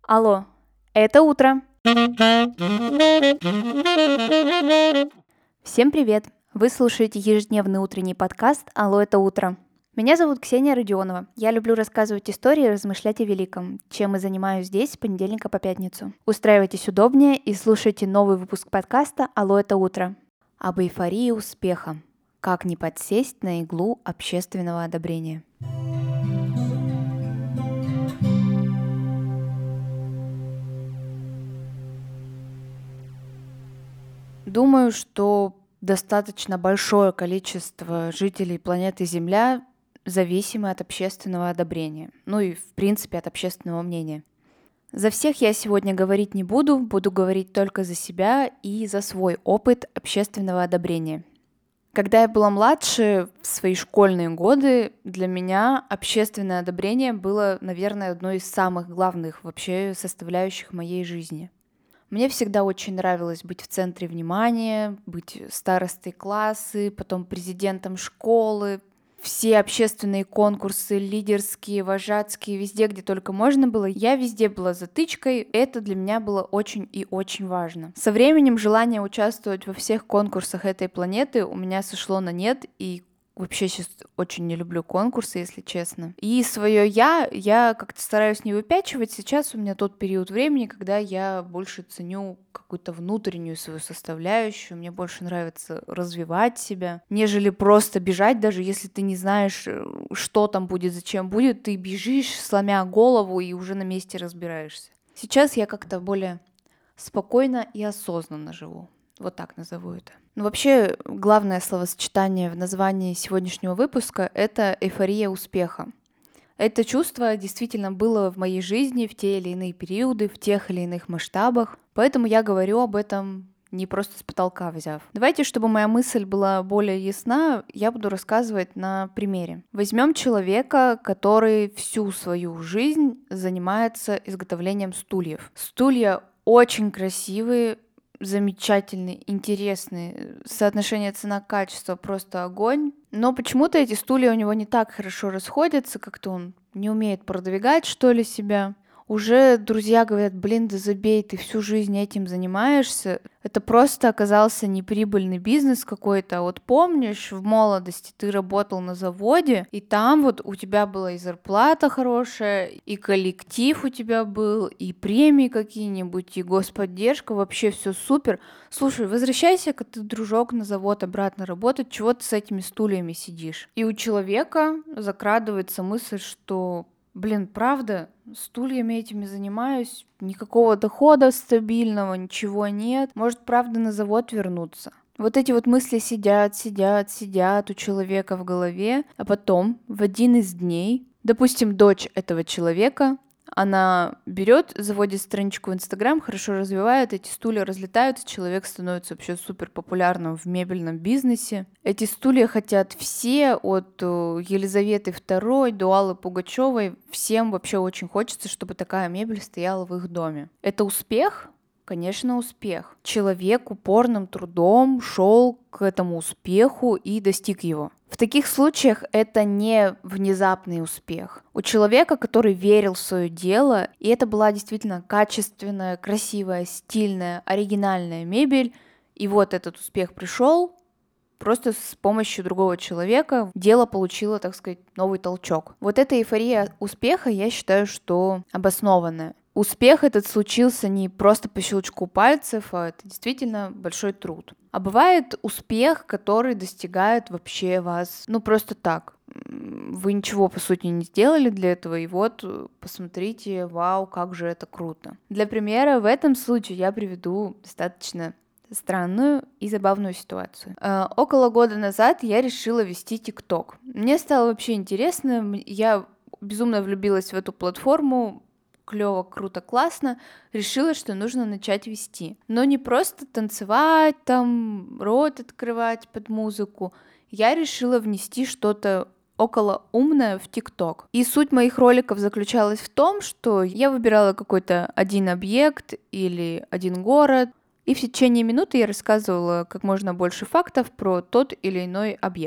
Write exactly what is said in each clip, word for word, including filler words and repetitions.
Алло, это утро. Всем привет! Вы слушаете ежедневный утренний подкаст «Алло, это утро». Меня зовут Ксения Родионова. Я люблю рассказывать истории и размышлять о великом, чем и занимаюсь здесь с понедельника по пятницу. Устраивайтесь удобнее и слушайте новый выпуск подкаста «Алло, это утро». Об эйфории успеха. Как не подсесть на иглу общественного одобрения. Думаю, что достаточно большое количество жителей планеты Земля зависимы от общественного одобрения, ну и в принципе от общественного мнения. За всех я сегодня говорить не буду, буду говорить только за себя и за свой опыт общественного одобрения. Когда я была младше, в свои школьные годы, для меня общественное одобрение было, наверное, одной из самых главных вообще составляющих моей жизни. Мне всегда очень нравилось быть в центре внимания, быть старостой классы, потом президентом школы. Все общественные конкурсы, лидерские, вожатские, везде, где только можно было, я везде была затычкой. Это для меня было очень и очень важно. Со временем желание участвовать во всех конкурсах этой планеты у меня сошло на нет, и вообще сейчас очень не люблю конкурсы, если честно. И свое я, я как-то стараюсь не выпячивать. Сейчас у меня тот период времени, когда я больше ценю какую-то внутреннюю свою составляющую. Мне больше нравится развивать себя, нежели просто бежать, даже если ты не знаешь, что там будет, зачем будет. Ты бежишь, сломя голову, и уже на месте разбираешься. Сейчас я как-то более спокойно и осознанно живу. Вот так назову это. Ну, вообще, главное словосочетание в названии сегодняшнего выпуска — это эйфория успеха. Это чувство действительно было в моей жизни в те или иные периоды, в тех или иных масштабах, поэтому я говорю об этом не просто с потолка взяв. Давайте, чтобы моя мысль была более ясна, я буду рассказывать на примере. Возьмем человека, который всю свою жизнь занимается изготовлением стульев. Стулья очень красивые, замечательные, интересные. Соотношение цена-качество просто огонь. Но почему-то эти стулья у него не так хорошо расходятся, как-то он не умеет продвигать, что ли, себя. Уже друзья говорят: блин, да забей, ты всю жизнь этим занимаешься. Это просто оказался неприбыльный бизнес какой-то. А вот помнишь, в молодости ты работал на заводе, и там вот у тебя была и зарплата хорошая, и коллектив у тебя был, и премии какие-нибудь, и господдержка, вообще все супер. Слушай, возвращайся-ка ты, дружок, на завод обратно работать, чего ты с этими стульями сидишь? И у человека закрадывается мысль, что блин, правда, стульями этими занимаюсь, никакого дохода стабильного, ничего нет. Может, правда, на завод вернуться? Вот эти вот мысли сидят, сидят, сидят у человека в голове, а потом в один из дней, допустим, дочь этого человека, она берет, заводит страничку в Инстаграм, хорошо развивает, эти стулья разлетаются, человек становится вообще супер популярным в мебельном бизнесе. Эти стулья хотят все, от Елизаветы второй до Аллы Пугачевой. Всем вообще очень хочется, чтобы такая мебель стояла в их доме. Это успех? Конечно, успех. Человек упорным трудом шел к этому успеху и достиг его. В таких случаях это не внезапный успех. У человека, который верил в свое дело, и это была действительно качественная, красивая, стильная, оригинальная мебель, и вот этот успех пришел, просто с помощью другого человека дело получило, так сказать, новый толчок. Вот эта эйфория успеха, я считаю, что обоснованная. Успех этот случился не просто по щелчку пальцев, а это действительно большой труд. А бывает успех, который достигает вообще вас, ну просто так. Вы ничего, по сути, не сделали для этого, и вот посмотрите, вау, как же это круто. Для примера, в этом случае я приведу достаточно странную и забавную ситуацию. Э, около года назад я решила вести ТикТок. Мне стало вообще интересно, я безумно влюбилась в эту платформу, клево, круто, классно, решила, что нужно начать вести. Но не просто танцевать, там, рот открывать под музыку. Я решила внести что-то около умное в ТикТок. И суть моих роликов заключалась в том, что я выбирала какой-то один объект или один город, и в течение минуты я рассказывала как можно больше фактов про тот или иной объект.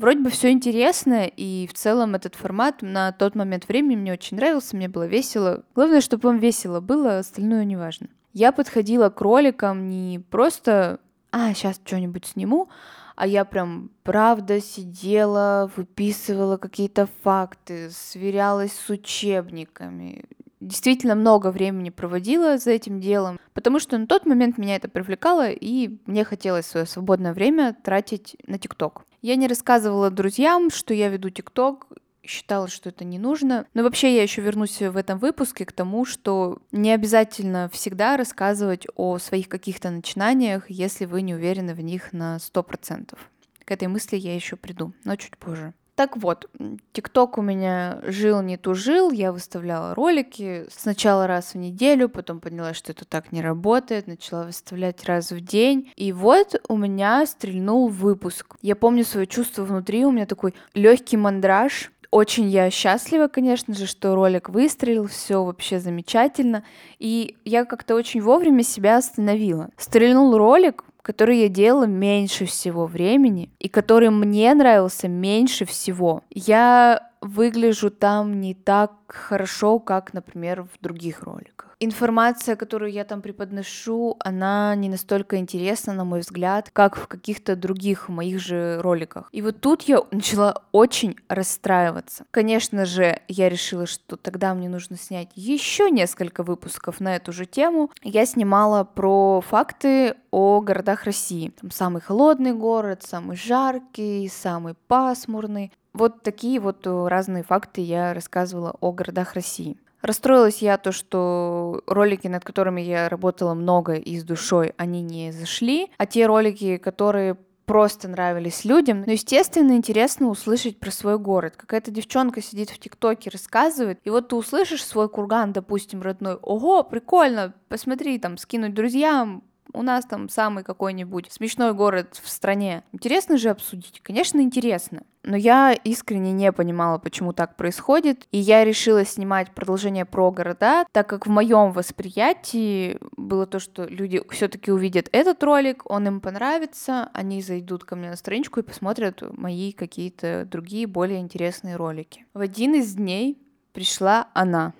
Вроде бы все интересно, и в целом этот формат на тот момент времени мне очень нравился, мне было весело. Главное, чтобы вам весело было, остальное неважно. Я подходила к роликам не просто «а, сейчас что-нибудь сниму», а я прям правда сидела, выписывала какие-то факты, сверялась с учебниками. Действительно много времени проводила за этим делом, потому что на тот момент меня это привлекало, и мне хотелось свое свободное время тратить на ТикТок. Я не рассказывала друзьям, что я веду ТикТок, считала, что это не нужно. Но вообще я еще вернусь в этом выпуске к тому, что не обязательно всегда рассказывать о своих каких-то начинаниях, если вы не уверены в них на сто процентов. К этой мысли я еще приду, но чуть позже. Так вот, ТикТок у меня жил не тужил, я выставляла ролики сначала раз в неделю, потом поняла, что это так не работает, начала выставлять раз в день, и вот у меня стрельнул выпуск. Я помню свое чувство внутри, у меня такой легкий мандраж. Очень я счастлива, конечно же, что ролик выстрелил, все вообще замечательно, и я как-то очень вовремя себя остановила. Стрельнул ролик, который я делала меньше всего времени и который мне нравился меньше всего. Я выгляжу там не так хорошо, как, например, в других роликах. Информация, которую я там преподношу, она не настолько интересна, на мой взгляд, как в каких-то других моих же роликах. И вот тут я начала очень расстраиваться. Конечно же, я решила, что тогда мне нужно снять еще несколько выпусков на эту же тему. Я снимала про факты о городах России. Там самый холодный город, самый жаркий, самый пасмурный. Вот такие вот разные факты я рассказывала о городах России. Расстроилась я то, что ролики, над которыми я работала много и с душой, они не зашли, а те ролики, которые просто нравились людям. Но, естественно, интересно услышать про свой город. Какая-то девчонка сидит в ТикТоке, рассказывает, и вот ты услышишь свой курган, допустим, родной. Ого, прикольно, посмотри, там, скинуть друзьям, у нас там самый какой-нибудь смешной город в стране. Интересно же обсудить? Конечно, интересно. Но я искренне не понимала, почему так происходит, и я решила снимать продолжение про города, так как в моем восприятии было то, что люди все-таки увидят этот ролик, он им понравится, они зайдут ко мне на страничку и посмотрят мои какие-то другие более интересные ролики. В один из дней пришла она.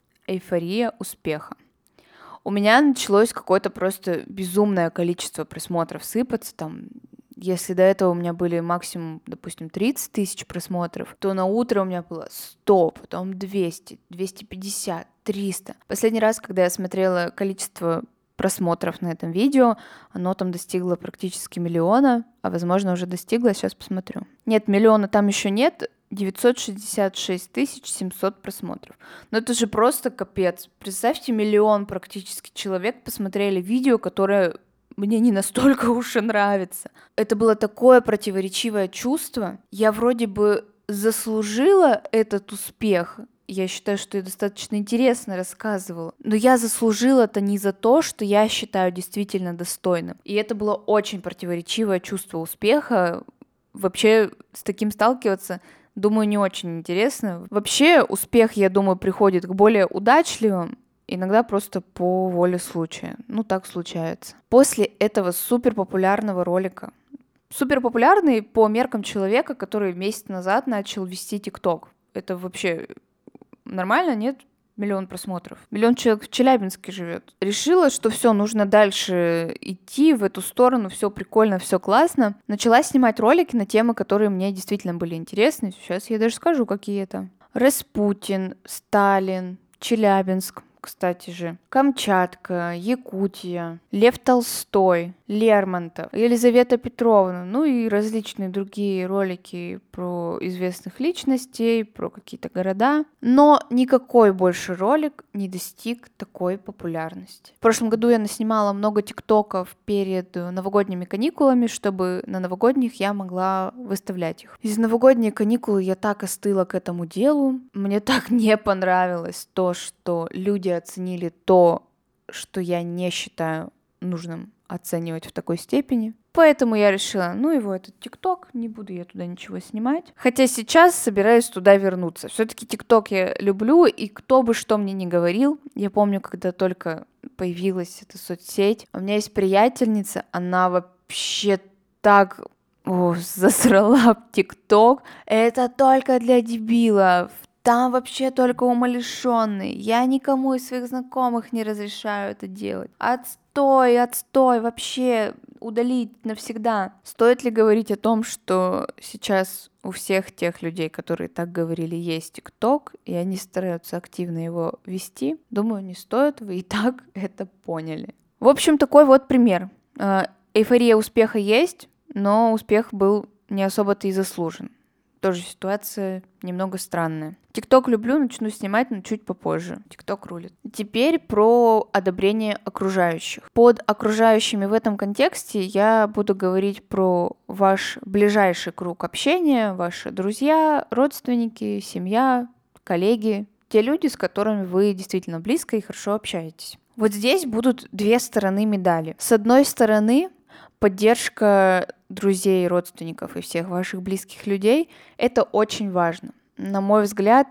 Эйфория успеха. У меня началось какое-то просто безумное количество просмотров сыпаться, там, если до этого у меня были максимум, допустим, тридцать тысяч просмотров, то на утро у меня было сто, потом двести, двести пятьдесят, триста. Последний раз, когда я смотрела количество просмотров на этом видео, оно там достигло практически миллиона, а возможно уже достигло, сейчас посмотрю. Нет, миллиона там еще нет, девятьсот шестьдесят шесть тысяч семьсот просмотров. Но это же просто капец. Представьте, миллион практически человек посмотрели видео, которое мне не настолько уж и нравится. Это было такое противоречивое чувство. Я вроде бы заслужила этот успех. Я считаю, что я достаточно интересно рассказывала. Но я заслужила это не за то, что я считаю действительно достойным. И это было очень противоречивое чувство успеха. Вообще с таким сталкиваться, думаю, не очень интересно. Вообще успех, я думаю, приходит к более удачливым, иногда просто по воле случая. Ну, так случается. После этого суперпопулярного ролика, суперпопулярный по меркам человека, который месяц назад начал вести ТикТок. Это вообще нормально, нет? Миллион просмотров. Миллион человек в Челябинске живет. Решила, что все, нужно дальше идти в эту сторону, все прикольно, все классно. Начала снимать ролики на темы, которые мне действительно были интересны. Сейчас я даже скажу, какие это. Распутин, Сталин, Челябинск, кстати же, Камчатка, Якутия, Лев Толстой, Лермонтов, Елизавета Петровна, ну и различные другие ролики про известных личностей, про какие-то города. Но никакой больше ролик не достиг такой популярности. В прошлом году я наснимала много тиктоков перед новогодними каникулами, чтобы на новогодних я могла выставлять их. Из новогодние каникулы я так остыла к этому делу. Мне так не понравилось то, что люди оценили то, что я не считаю нужным оценивать в такой степени. Поэтому я решила, ну его этот ТикТок, не буду я туда ничего снимать. Хотя сейчас собираюсь туда вернуться. Все-таки ТикТок я люблю, и кто бы что мне ни говорил, я помню, когда только появилась эта соцсеть, у меня есть приятельница, она вообще так О, засрала в ТикТок. Это только для дебилов. Там вообще только умалишенные. Я никому из своих знакомых не разрешаю это делать. Отстой, отстой, вообще удалить навсегда. Стоит ли говорить о том, что сейчас у всех тех людей, которые так говорили, есть ТикТок, и они стараются активно его вести? Думаю, не стоит, вы и так это поняли. В общем, такой вот пример. Эйфория успеха есть, но успех был не особо-то и заслужен. Тоже ситуация немного странная. ТикТок люблю, начну снимать, но чуть попозже. ТикТок рулит. Теперь про одобрение окружающих. Под окружающими в этом контексте я буду говорить про ваш ближайший круг общения, ваши друзья, родственники, семья, коллеги, те люди, с которыми вы действительно близко и хорошо общаетесь. Вот здесь будут две стороны медали. С одной стороны, поддержка друзей, родственников и всех ваших близких людей — это очень важно. На мой взгляд,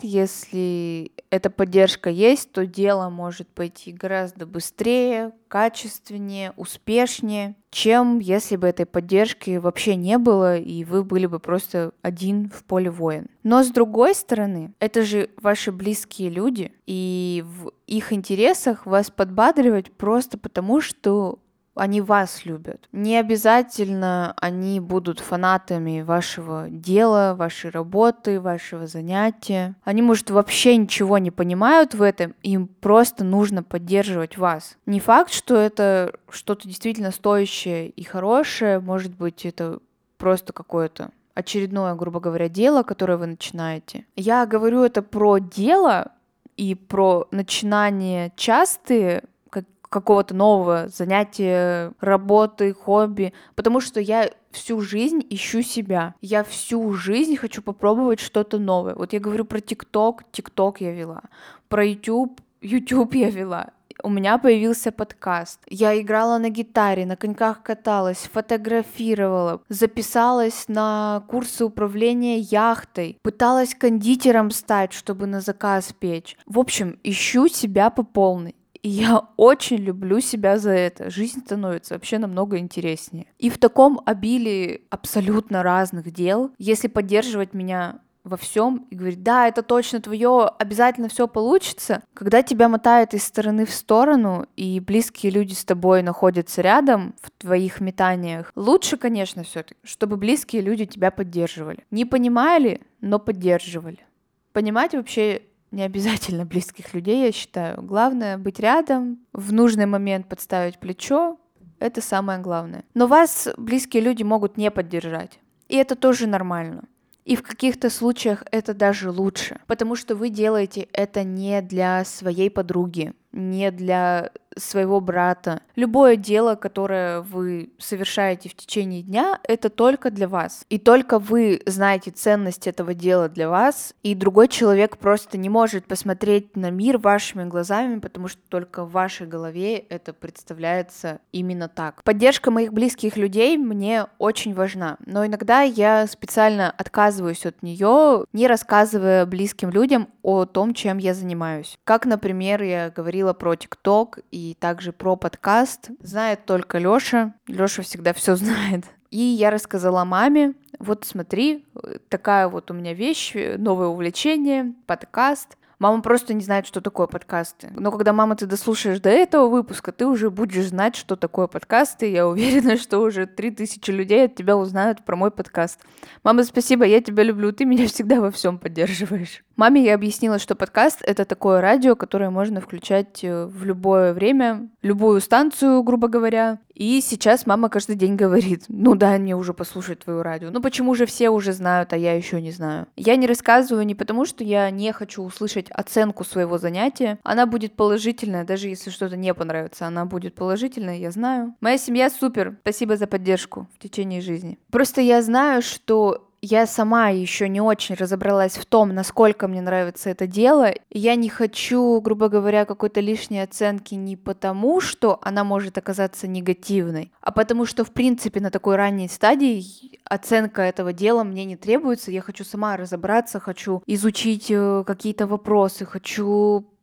если эта поддержка есть, то дело может пойти гораздо быстрее, качественнее, успешнее, чем если бы этой поддержки вообще не было, и вы были бы просто один в поле воин. Но с другой стороны, это же ваши близкие люди, и в их интересах вас подбадривать просто потому, что они вас любят. Не обязательно они будут фанатами вашего дела, вашей работы, вашего занятия. Они, может, вообще ничего не понимают в этом, им просто нужно поддерживать вас. Не факт, что это что-то действительно стоящее и хорошее, может быть, это просто какое-то очередное, грубо говоря, дело, которое вы начинаете. Я говорю это про дело и про начинание частые какого-то нового занятия, работы, хобби, потому что я всю жизнь ищу себя. Я всю жизнь хочу попробовать что-то новое. Вот я говорю про ТикТок, ТикТок я вела, про YouTube, YouTube я вела. У меня появился подкаст. Я играла на гитаре, на коньках каталась, фотографировала, записалась на курсы управления яхтой, пыталась кондитером стать, чтобы на заказ печь. В общем, ищу себя по полной. И я очень люблю себя за это. Жизнь становится вообще намного интереснее. И в таком обилии абсолютно разных дел, если поддерживать меня во всем и говорить: да, это точно твое, обязательно все получится. Когда тебя мотает из стороны в сторону, и близкие люди с тобой находятся рядом в твоих метаниях, лучше, конечно, все-таки, чтобы близкие люди тебя поддерживали. Не понимали, но поддерживали. Понимать вообще не обязательно близких людей, я считаю. Главное — быть рядом, в нужный момент подставить плечо. Это самое главное. Но вас близкие люди могут не поддержать. И это тоже нормально. И в каких-то случаях это даже лучше. Потому что вы делаете это не для своей подруги, не для своего брата. Любое дело, которое вы совершаете в течение дня, это только для вас. И только вы знаете ценность этого дела для вас, и другой человек просто не может посмотреть на мир вашими глазами, потому что только в вашей голове это представляется именно так. Поддержка моих близких людей мне очень важна, но иногда я специально отказываюсь от нее, не рассказывая близким людям о том, чем я занимаюсь. Как, например, я говорила про ТикТок и также про подкаст. Знает только Лёша. Лёша всегда все знает. И я рассказала маме: вот смотри, такая вот у меня вещь, новое увлечение, подкаст. Мама просто не знает, что такое подкасты. Но когда, мама, ты дослушаешь до этого выпуска, ты уже будешь знать, что такое подкасты. Я уверена, что уже три тысячи людей от тебя узнают про мой подкаст. Мама, спасибо, я тебя люблю, ты меня всегда во всем поддерживаешь. Маме я объяснила, что подкаст — это такое радио, которое можно включать в любое время, любую станцию, грубо говоря. И сейчас мама каждый день говорит: ну дай мне уже послушать твое радио. Ну почему же все уже знают, а я еще не знаю? Я не рассказываю не потому, что я не хочу услышать оценку своего занятия. Она будет положительная, даже если что-то не понравится, она будет положительная, я знаю. Моя семья супер, спасибо за поддержку в течение жизни. Просто я знаю, что я сама еще не очень разобралась в том, насколько мне нравится это дело. Я не хочу, грубо говоря, какой-то лишней оценки не потому, что она может оказаться негативной, а потому что, в принципе, на такой ранней стадии оценка этого дела мне не требуется. Я хочу сама разобраться, хочу изучить какие-то вопросы, хочу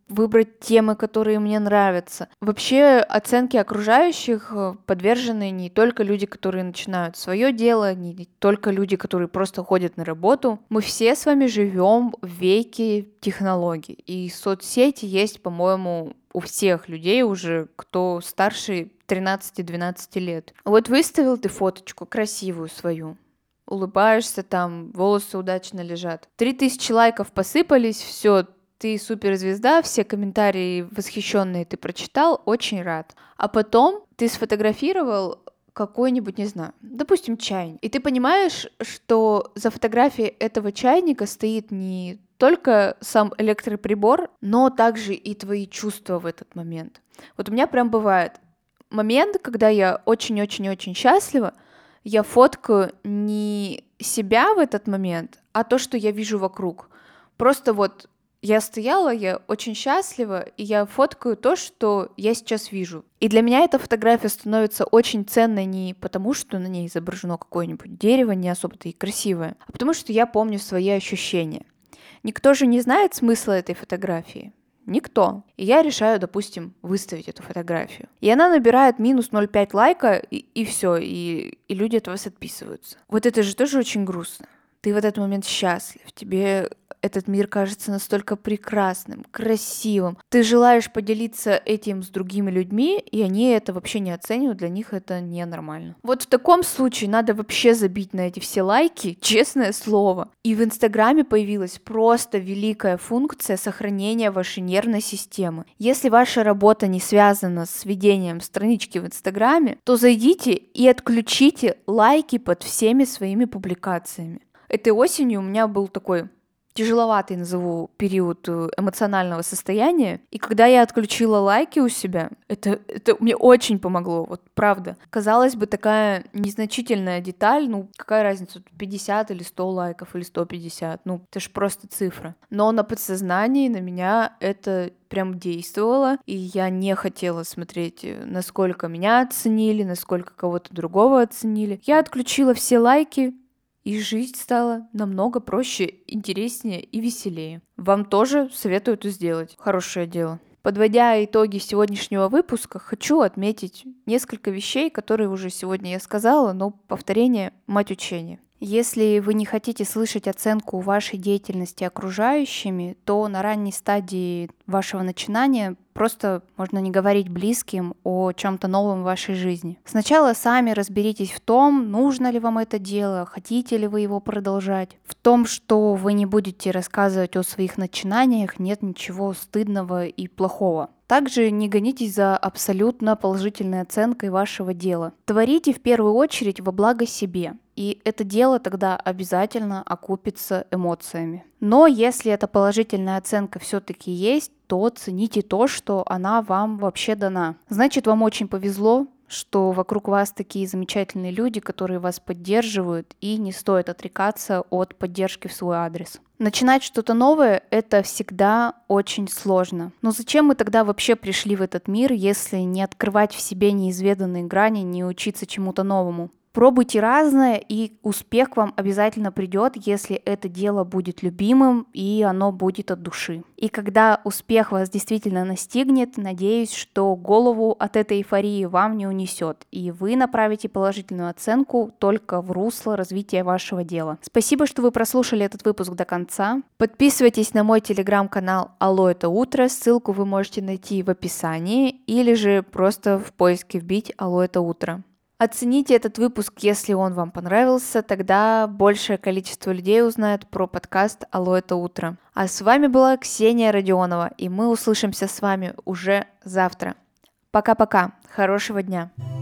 выбрать темы, которые мне нравятся. Вообще оценки окружающих подвержены не только люди, которые начинают свое дело, не только люди, которые просто ходят на работу. Мы все с вами живем в веке технологий. И соцсети есть, по-моему, у всех людей уже, кто старше тринадцати-двенадцати лет. Вот выставил ты фоточку красивую свою, улыбаешься там, волосы удачно лежат. Три тысячи лайков посыпались, все, ты суперзвезда, все комментарии восхищенные ты прочитал, очень рад. А потом ты сфотографировал какой-нибудь, не знаю, допустим, чайник. И ты понимаешь, что за фотографией этого чайника стоит не только сам электроприбор, но также и твои чувства в этот момент. Вот у меня прям бывает момент, когда я очень-очень-очень счастлива, я фоткаю не себя в этот момент, а то, что я вижу вокруг. Просто вот я стояла, я очень счастлива, и я фоткаю то, что я сейчас вижу. И для меня эта фотография становится очень ценной не потому, что на ней изображено какое-нибудь дерево, не особо-то и красивое, а потому что я помню свои ощущения. Никто же не знает смысла этой фотографии. Никто. И я решаю, допустим, выставить эту фотографию. И она набирает минус ноль целых пять лайка, и, и все, и, и люди от вас отписываются. Вот это же тоже очень грустно. Ты в этот момент счастлив, тебе этот мир кажется настолько прекрасным, красивым. Ты желаешь поделиться этим с другими людьми, и они это вообще не оценивают, для них это ненормально. Вот в таком случае надо вообще забить на эти все лайки, честное слово. И в Инстаграме появилась просто великая функция сохранения вашей нервной системы. Если ваша работа не связана с ведением странички в Инстаграме, то зайдите и отключите лайки под всеми своими публикациями. Этой осенью у меня был такой тяжеловатый, назову, период эмоционального состояния. И когда я отключила лайки у себя, это, это мне очень помогло, вот правда. Казалось бы, такая незначительная деталь, ну какая разница, пятьдесят или сто лайков, или сто пятьдесят, ну это ж просто цифра. Но на подсознании на меня это прям действовало, и я не хотела смотреть, насколько меня оценили, насколько кого-то другого оценили. Я отключила все лайки, и жизнь стала намного проще, интереснее и веселее. Вам тоже советую это сделать. Хорошее дело. Подводя итоги сегодняшнего выпуска, хочу отметить несколько вещей, которые уже сегодня я сказала, но повторение – мать учения. Если вы не хотите слышать оценку вашей деятельности окружающими, то на ранней стадии вашего начинания просто можно не говорить близким о чем-то новом в вашей жизни. Сначала сами разберитесь в том, нужно ли вам это дело, хотите ли вы его продолжать. В том, что вы не будете рассказывать о своих начинаниях, нет ничего стыдного и плохого. Также не гонитесь за абсолютно положительной оценкой вашего дела. Творите в первую очередь во благо себе, и это дело тогда обязательно окупится эмоциями. Но если эта положительная оценка все-таки есть, то цените то, что она вам вообще дана. Значит, вам очень повезло, что вокруг вас такие замечательные люди, которые вас поддерживают, и не стоит отрекаться от поддержки в свой адрес. Начинать что-то новое — это всегда очень сложно. Но зачем мы тогда вообще пришли в этот мир, если не открывать в себе неизведанные грани, не учиться чему-то новому? Пробуйте разное, и успех к вам обязательно придет, если это дело будет любимым и оно будет от души. И когда успех вас действительно настигнет, надеюсь, что голову от этой эйфории вам не унесет, и вы направите положительную оценку только в русло развития вашего дела. Спасибо, что вы прослушали этот выпуск до конца. Подписывайтесь на мой телеграм-канал «Алло, это утро», ссылку вы можете найти в описании, или же просто в поиске вбить «Алло, это утро». Оцените этот выпуск, если он вам понравился, тогда большее количество людей узнает про подкаст «Алло, это утро». А с вами была Ксения Родионова, и мы услышимся с вами уже завтра. Пока-пока, хорошего дня!